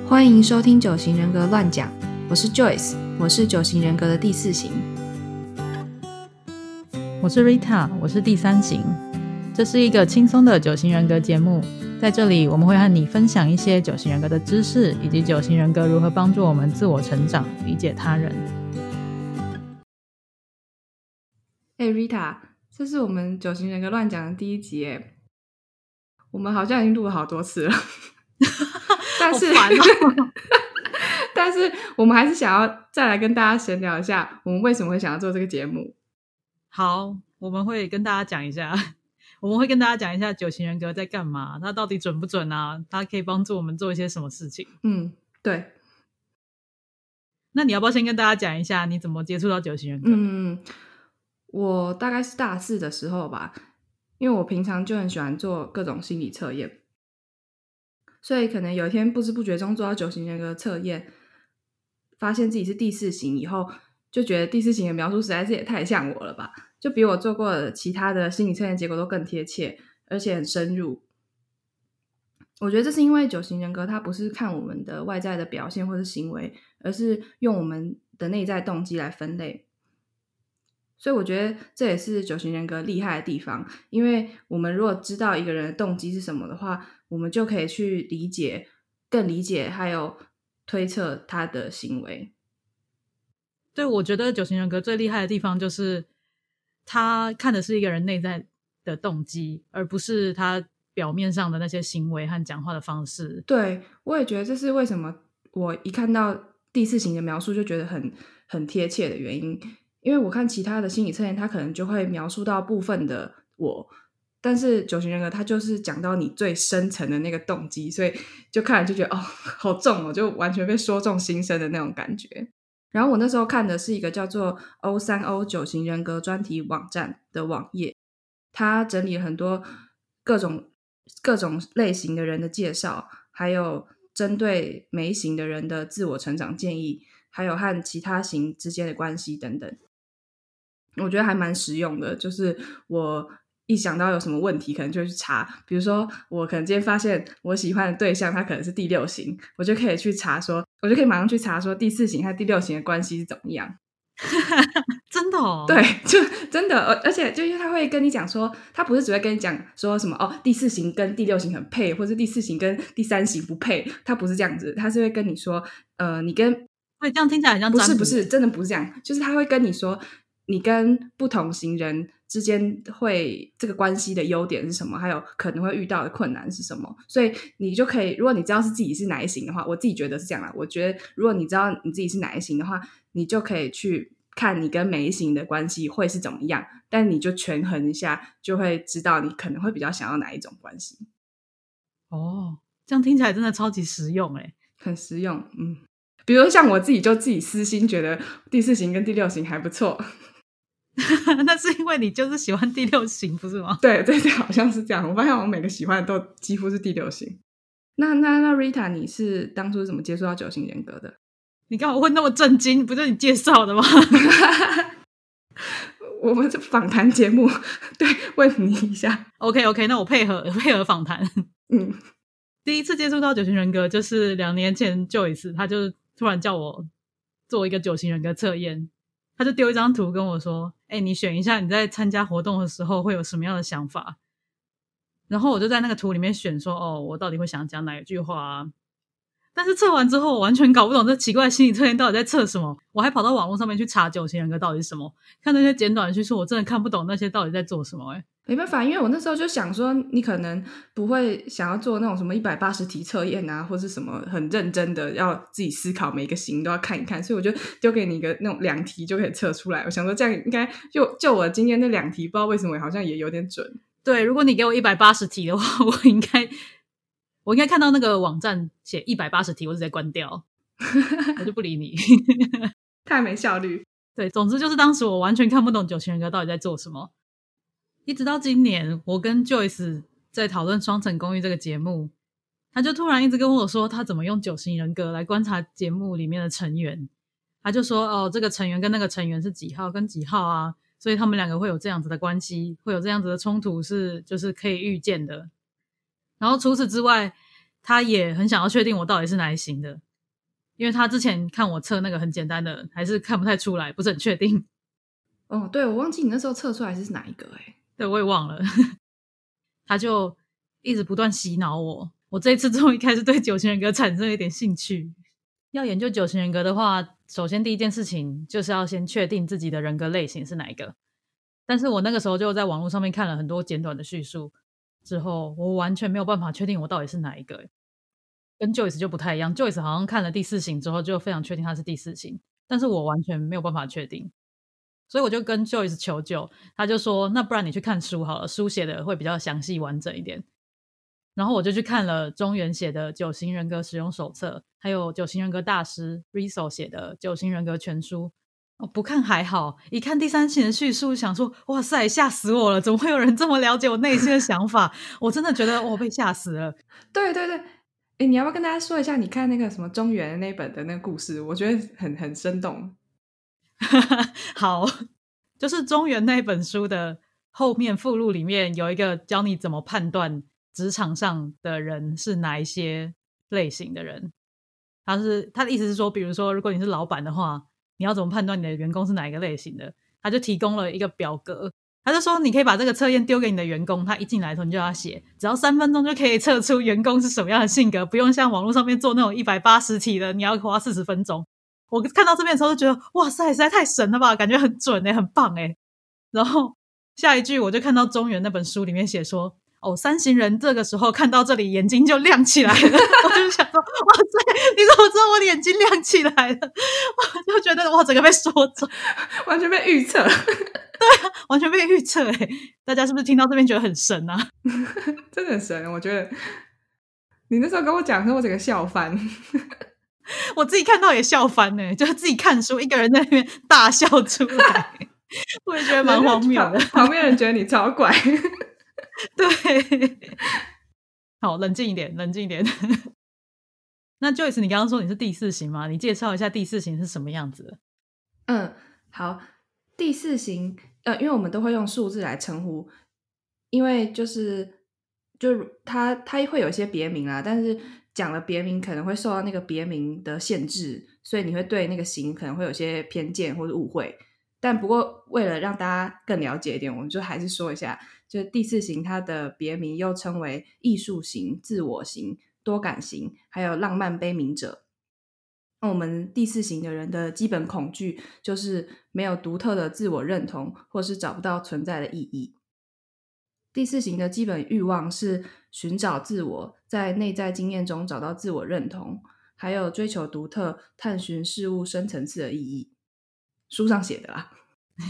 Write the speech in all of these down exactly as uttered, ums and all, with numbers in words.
欢迎收听九型人格乱讲，我是 Joyce， 我是九型人格的第四型。 我是 Rita， 我是第三型。这是一个轻松的九型人格节目，在这里我们会和你分享一些九型人格的知识，以及九型人格如何帮助我们自我成长、理解他人。 哎、欸、Rita， 这是我们九型人格乱讲的第一集耶。我们好像已经录了好多次了但是、 好烦哦、 但是我们还是想要再来跟大家闲聊一下我们为什么会想要做这个节目。 好，我们会跟大家讲一下我们会跟大家讲一下九型人格在干嘛，它到底准不准啊，它可以帮助我们做一些什么事情。嗯， 对。 那你要不要先跟大家讲一下你怎么接触到九型人格？ 嗯，我大概是大四的时候吧，因为我平常就很喜欢做各种心理测验，所以可能有一天不知不觉中做到九型人格测验，发现自己是第四型以后，就觉得第四型的描述实在是也太像我了吧，就比我做过的其他的心理测验结果都更贴切，而且很深入。我觉得这是因为九型人格它不是看我们的外在的表现或是行为，而是用我们的内在动机来分类，所以我觉得这也是九型人格厉害的地方，因为我们如果知道一个人的动机是什么的话，我们就可以去理解更理解还有推测他的行为。 对，我觉得九型人格最厉害的地方就是他看的是一个人内在的动机，而不是他表面上的那些行为和讲话的方式。 对，我也觉得这是为什么我一看到第四型的描述就觉得很很贴切的原因，因为我看其他的心理测验他可能就会描述到部分的我，但是九型人格他就是讲到你最深层的那个动机，所以就看了就觉得哦好重哦，就完全被说中心声的那种感觉。然后我那时候看的是一个叫做 O 三 O 九型人格专题网站的网页，它整理了很多各种各种类型的人的介绍，还有针对每一型的人的自我成长建议，还有和其他型之间的关系等等。我觉得还蛮实用的，就是我一想到有什么问题可能就会去查，比如说我可能今天发现我喜欢的对象他可能是第六型，我就可以去查说我就可以马上去查说第四型和第六型的关系是怎么样真的哦？ 对，就真的，而且就因为他会跟你讲说，他不是只会跟你讲说什么哦，第四型跟第六型很配，或是第四型跟第三型不配，他不是这样子，他是会跟你说呃，你跟对，这样听起来很像不是不是真的不是这样，就是他会跟你说你跟不同型人之间会这个关系的优点是什么，还有可能会遇到的困难是什么，所以你就可以，如果你知道是自己是哪一型的话，我自己觉得是这样啦，我觉得如果你知道你自己是哪一型的话，你就可以去看你跟每一型的关系会是怎么样，但你就权衡一下，就会知道你可能会比较想要哪一种关系。 哦，这样听起来真的超级实用耶， 很实用。嗯，比如像我自己就自己私心觉得第四型跟第六型还不错那是因为你就是喜欢第六型不是吗？ 对对对，好像是这样。我发现我每个喜欢的都几乎是第六型。那那那 Rita 你是当初怎么接触到九型人格的？ 你干嘛问那么震惊？不是你介绍的吗？ 我们是访谈节目，对，问你一下。 OK OK， 那我配合配合访谈。嗯，第一次接触到九型人格就是两年前Joyce，他就突然叫我做一个九型人格测验，他就丢一张图跟我说：“哎、欸，你选一下你在参加活动的时候会有什么样的想法。”然后我就在那个图里面选说：“哦，我到底会想讲哪一句话啊？”但是测完之后我完全搞不懂这奇怪的心理测验到底在测什么，我还跑到网络上面去查九型人格到底是什么，看那些简短的叙述，我真的看不懂那些到底在做什么。欸没办法，因为我那时候就想说你可能不会想要做那种什么一百八十题测验啊，或是什么很认真的要自己思考每个型都要看一看，所以我就丢给你一个那种两题就可以测出来，我想说这样应该就就我今天那两题不知道为什么好像也有点准。 对，如果你给我一百八十题的话，我应该我应该看到那个网站写一百八十题我就直接关掉我就不理你太没效率。 对，总之就是当时我完全看不懂九型人格到底在做什么，一直到今年我跟 Joyce 在讨论双层公寓这个节目，他就突然一直跟我说他怎么用九型人格来观察节目里面的成员，他就说哦，这个成员跟那个成员是几号跟几号啊，所以他们两个会有这样子的关系，会有这样子的冲突是就是可以预见的。然后除此之外他也很想要确定我到底是哪一型的，因为他之前看我测那个很简单的还是看不太出来，不是很确定。 哦，对，我忘记你那时候测出来是哪一个欸。 对，我也忘了。他就一直不断洗脑我，我这一次终于开始对九型人格产生了一点兴趣。要研究九型人格的话，首先第一件事情就是要先确定自己的人格类型是哪一个。但是我那个时候就在网络上面看了很多简短的叙述之后，我完全没有办法确定我到底是哪一个。跟 Joyce 就不太一样， Joyce 好像看了第四型之后就非常确定他是第四型，但是我完全没有办法确定。所以我就跟 Joyce 求救，他就说那不然你去看书好了，书写的会比较详细完整一点。然后我就去看了中原写的九型人格使用手册，还有九型人格大师 Riso 写的九型人格全书。哦，不看还好，一看第三型的叙述想说哇塞，吓死我了，怎么会有人这么了解我内心的想法？我真的觉得我被吓死了。 对对对，诶，你要不要跟大家说一下你看那个什么中原的那本的那个故事？我觉得很很生动。 好，就是中原那本书的后面附录里面有一个教你怎么判断职场上的人是哪一些类型的人。他是他的意思是说，比如说如果你是老板的话，你要怎么判断你的员工是哪一个类型的，他就提供了一个表格，他就说你可以把这个测验丢给你的员工，他一进来的时候你就要写，只要三分钟就可以测出员工是什么样的性格，不用像网络上面做那种一百八十题的，你要花四十分钟。我看到这边的时候就觉得哇塞，实在太神了吧，感觉很准耶，很棒耶。然后下一句我就看到中原那本书里面写说，哦，三型人这个时候看到这里眼睛就亮起来了。我就想说哇塞，你怎么知道我的眼睛亮起来了？我就觉得哇，整个被说中， 完全被预测。 对啊，完全被预测耶。大家是不是听到这边觉得很神啊？ 真的很神，我觉得你那时候跟我讲的时候我整个笑翻。 我自己看到也笑翻耶，就是自己看书一个人在那边大笑出来。我也觉得蛮荒谬的， 旁边人觉得你超怪。 对，好，冷静一点，冷静一点。那 Joyce 你刚刚说你是第四型吗？你介绍一下第四型是什么样子的？ 嗯，好，第四型呃，因为我们都会用数字来称呼，因为就是就它它会有一些别名啦，但是讲了别名可能会受到那个别名的限制，所以你会对那个型可能会有些偏见或者误会。但不过为了让大家更了解一点，我们就还是说一下，就是第四型它的别名又称为艺术型、自我型、多感型，还有浪漫悲悯者。那我们第四型的人的基本恐惧就是没有独特的自我认同，或是找不到存在的意义。第四型的基本欲望是寻找自我，在内在经验中找到自我认同，还有追求独特，探寻事物深层次的意义。书上写的啦。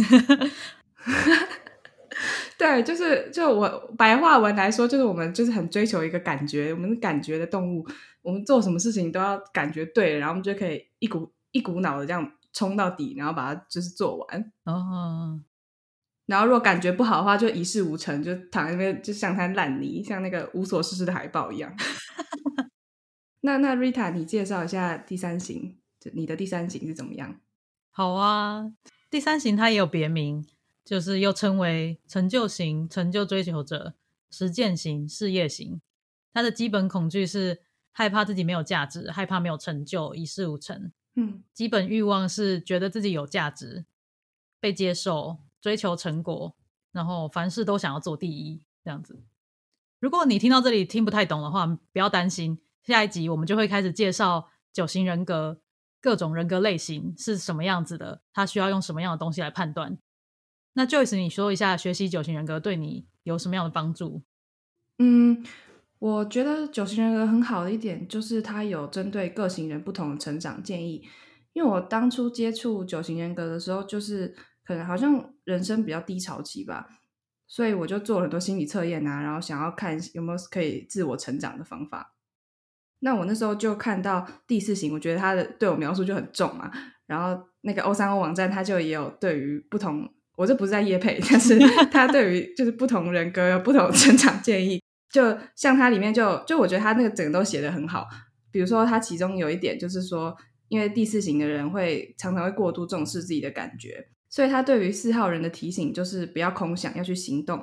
对，就是就我白话文来说，就是我们就是很追求一个感觉，我们是感觉的动物，我们做什么事情都要感觉对了，然后我们就可以一股一股脑的这样冲到底，然后把它就是做完。 哦， 然后如果感觉不好的话，就一事无成，就躺在那边就像滩烂泥，像那个无所事事的海豹一样。那那 Rita 你介绍一下第三型，你的第三型是怎么样？ 好啊，第三型它也有别名，就是又称为成就型、成就追求者、实践型、事业型。它的基本恐惧是害怕自己没有价值，害怕没有成就，一事无成。 嗯， 基本欲望是觉得自己有价值，被接受，追求成果，然后凡事都想要做第一，这样子。如果你听到这里听不太懂的话，不要担心，下一集我们就会开始介绍九型人格各种人格类型是什么样子的，它需要用什么样的东西来判断。那 Joyce 你说一下学习九型人格对你有什么样的帮助？ 嗯，我觉得九型人格很好的一点就是它有针对各型人不同的成长建议。因为我当初接触九型人格的时候，就是可能好像人生比较低潮期吧，所以我就做了很多心理测验啊，然后想要看有没有可以自我成长的方法。那我那时候就看到第四型，我觉得他的对我描述就很重嘛，然后那个 O 三 O 网站他就也有对于不同，我这不是在业配，但是他对于就是不同人格有不同成长建议，就像他里面就就我觉得他那个整个都写得很好。比如说他其中有一点就是说，因为第四型的人会常常会过度重视自己的感觉，所以他对于四号人的提醒就是不要空想，要去行动。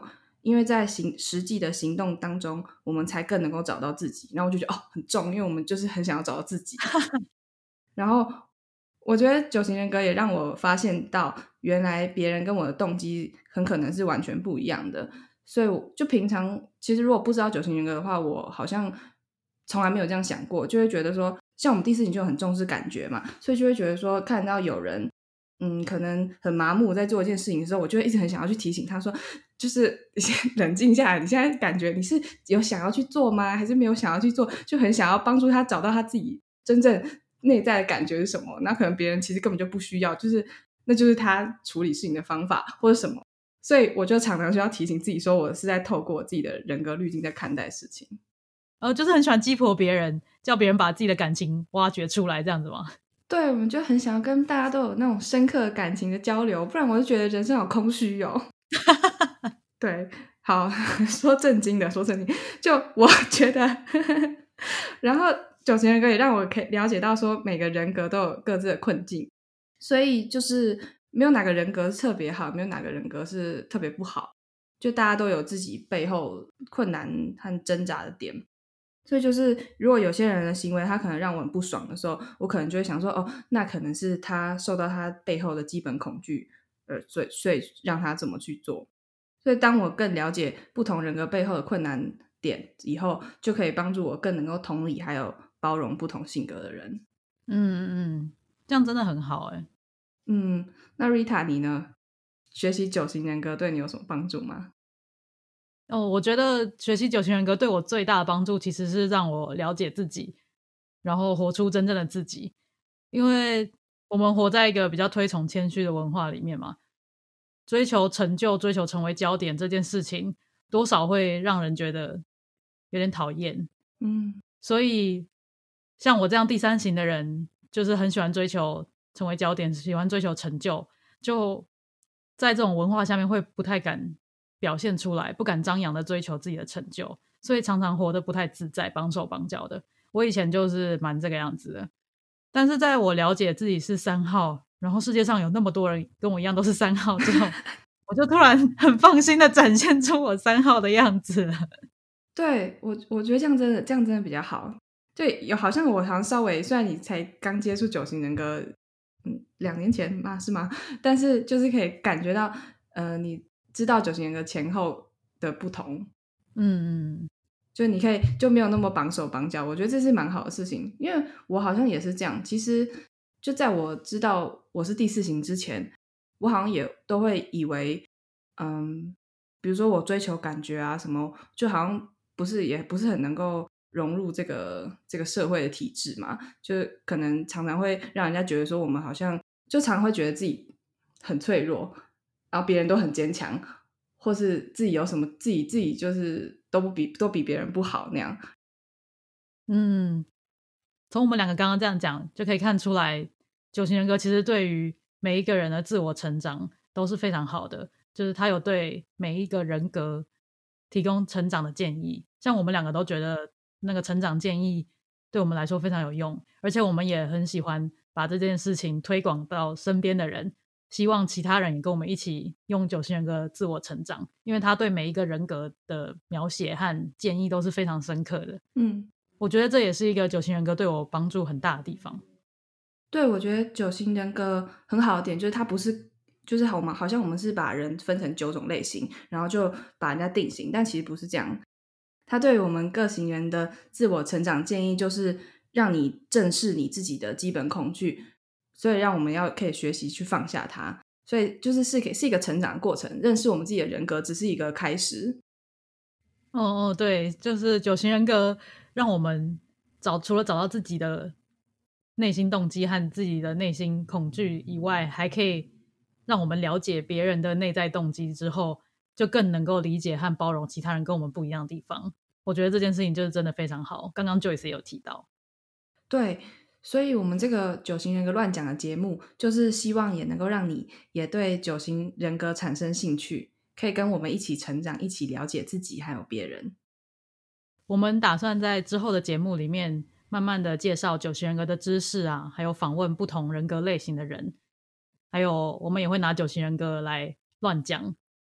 因为在行实际的行动当中，我们才更能够找到自己。然后我就觉得哦很重，因为我们就是很想要找到自己。然后我觉得九型人格也让我发现到，原来别人跟我的动机很可能是完全不一样的。所以我就平常其实如果不知道九型人格的话，我好像从来没有这样想过，就会觉得说像我们第四型就很重视感觉嘛，所以就会觉得说看到有人嗯，可能很麻木在做一件事情的时候，我就会一直很想要去提醒他说，就是你先冷静下来，你现在感觉你是有想要去做吗？还是没有想要去做？就很想要帮助他找到他自己真正内在的感觉是什么。那可能别人其实根本就不需要，就是那就是他处理事情的方法或者什么。所以我就常常需要提醒自己说，我是在透过我自己的人格滤镜在看待事情。 呃，就是很喜欢激活别人，叫别人把自己的感情挖掘出来，这样子吗？ 对，我们就很想要跟大家都有那种深刻的感情的交流，不然我就觉得人生好空虚哦。对，好，说正经的，说正经，就我觉得，然后九型人格也让我可以了解到说，每个人格都有各自的困境，所以就是没有哪个人格是特别好，没有哪个人格是特别不好，就大家都有自己背后困难和挣扎的点。所以就是如果有些人的行为他可能让我很不爽的时候，我可能就会想说，哦，那可能是他受到他背后的基本恐惧，呃，所以所以让他这么去做。所以当我更了解不同人格背后的困难点以后，就可以帮助我更能够同理还有包容不同性格的人。 嗯嗯嗯，这样真的很好哎。 嗯，那 Rita 你呢？学习九型人格对你有什么帮助吗？ 哦，我觉得学习九型人格对我最大的帮助其实是让我了解自己，然后活出真正的自己。因为我们活在一个比较推崇谦虚的文化里面嘛，追求成就，追求成为焦点这件事情多少会让人觉得有点讨厌。 嗯， 所以像我这样第三型的人，就是很喜欢追求成为焦点，喜欢追求成就，就在这种文化下面会不太敢表现出来，不敢张扬的追求自己的成就，所以常常活得不太自在，绑手绑脚的。我以前就是蛮这个样子的，但是在我了解自己是三号，然后世界上有那么多人跟我一样都是三号之后，我就突然很放心的展现出我三号的样子了。 对，我我觉得这样真的这样真的比较好。对，有好像我好像稍微，虽然你才刚接触九型人格，嗯，两年前嘛是吗？但是就是可以感觉到，呃，你知道九型人格前后的不同， 嗯嗯， 就你可以就没有那么绑手绑脚，我觉得这是蛮好的事情。因为我好像也是这样，其实就在我知道我是第四型之前，我好像也都会以为，嗯，比如说我追求感觉啊什么，就好像不是也不是很能够融入这个这个社会的体制嘛，就可能常常会让人家觉得说我们好像就常常会觉得自己很脆弱，然后别人都很坚强，或是自己有什么自己自己就是都不比都比别人不好那样。 嗯，从我们两个刚刚这样讲，就可以看出来，九型人格其实对于每一个人的自我成长都是非常好的，就是他有对每一个人格提供成长的建议。像我们两个都觉得那个成长建议对我们来说非常有用，而且我们也很喜欢把这件事情推广到身边的人，希望其他人也跟我们一起用九型人格自我成长，因为他对每一个人格的描写和建议都是非常深刻的。 嗯， 我觉得这也是一个九型人格对我帮助很大的地方。 对，我觉得九型人格很好的点就是它不是就是好嘛，好像我们是把人分成九种类型，然后就把人家定型，但其实不是这样。他对于我们各型人的自我成长建议，就是让你正视你自己的基本恐惧，所以让我们要可以学习去放下它。所以就是是是一个成长过程，认识我们自己的人格只是一个开始。 哦哦，对，就是九型人格让我们找除了找到自己的内心动机和自己的内心恐惧以外，还可以让我们了解别人的内在动机之后，就更能够理解和包容其他人跟我们不一样的地方。我觉得这件事情就是真的非常好。刚刚 Joyce 也有提到， 对，所以我们这个九型人格乱讲的节目，就是希望也能够让你也对九型人格产生兴趣，可以跟我们一起成长，一起了解自己还有别人。 我们打算在之后的节目里面慢慢的介绍九型人格的知识啊，还有访问不同人格类型的人，还有我们也会拿九型人格来乱讲，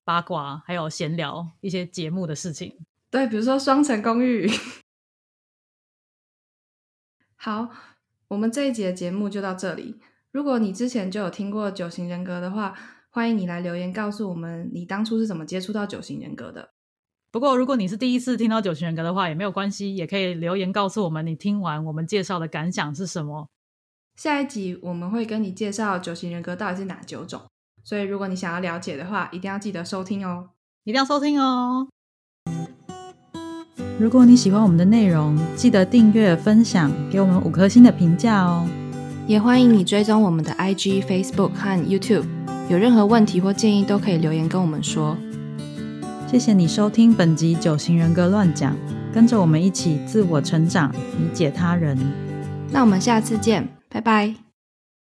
八卦还有闲聊一些节目的事情。 对，比如说双层公寓。好，我们这一集的节目就到这里。如果你之前就有听过九型人格的话，欢迎你来留言告诉我们你当初是怎么接触到九型人格的。 不过如果你是第一次听到九型人格的话也没有关系，也可以留言告诉我们你听完我们介绍的感想是什么。 下一集我们会跟你介绍九型人格到底是哪九种，所以如果你想要了解的话，一定要记得收听哦。 一定要收听哦。如果你喜欢我们的内容，记得订阅分享，给我们五颗星的评价哦。 也欢迎你追踪我们的 I G、Facebook 和 YouTube， 有任何问题或建议都可以留言跟我们说。 谢谢你收听本集九型人格乱讲，跟着我们一起自我成长，理解他人。 那我们下次见，拜拜。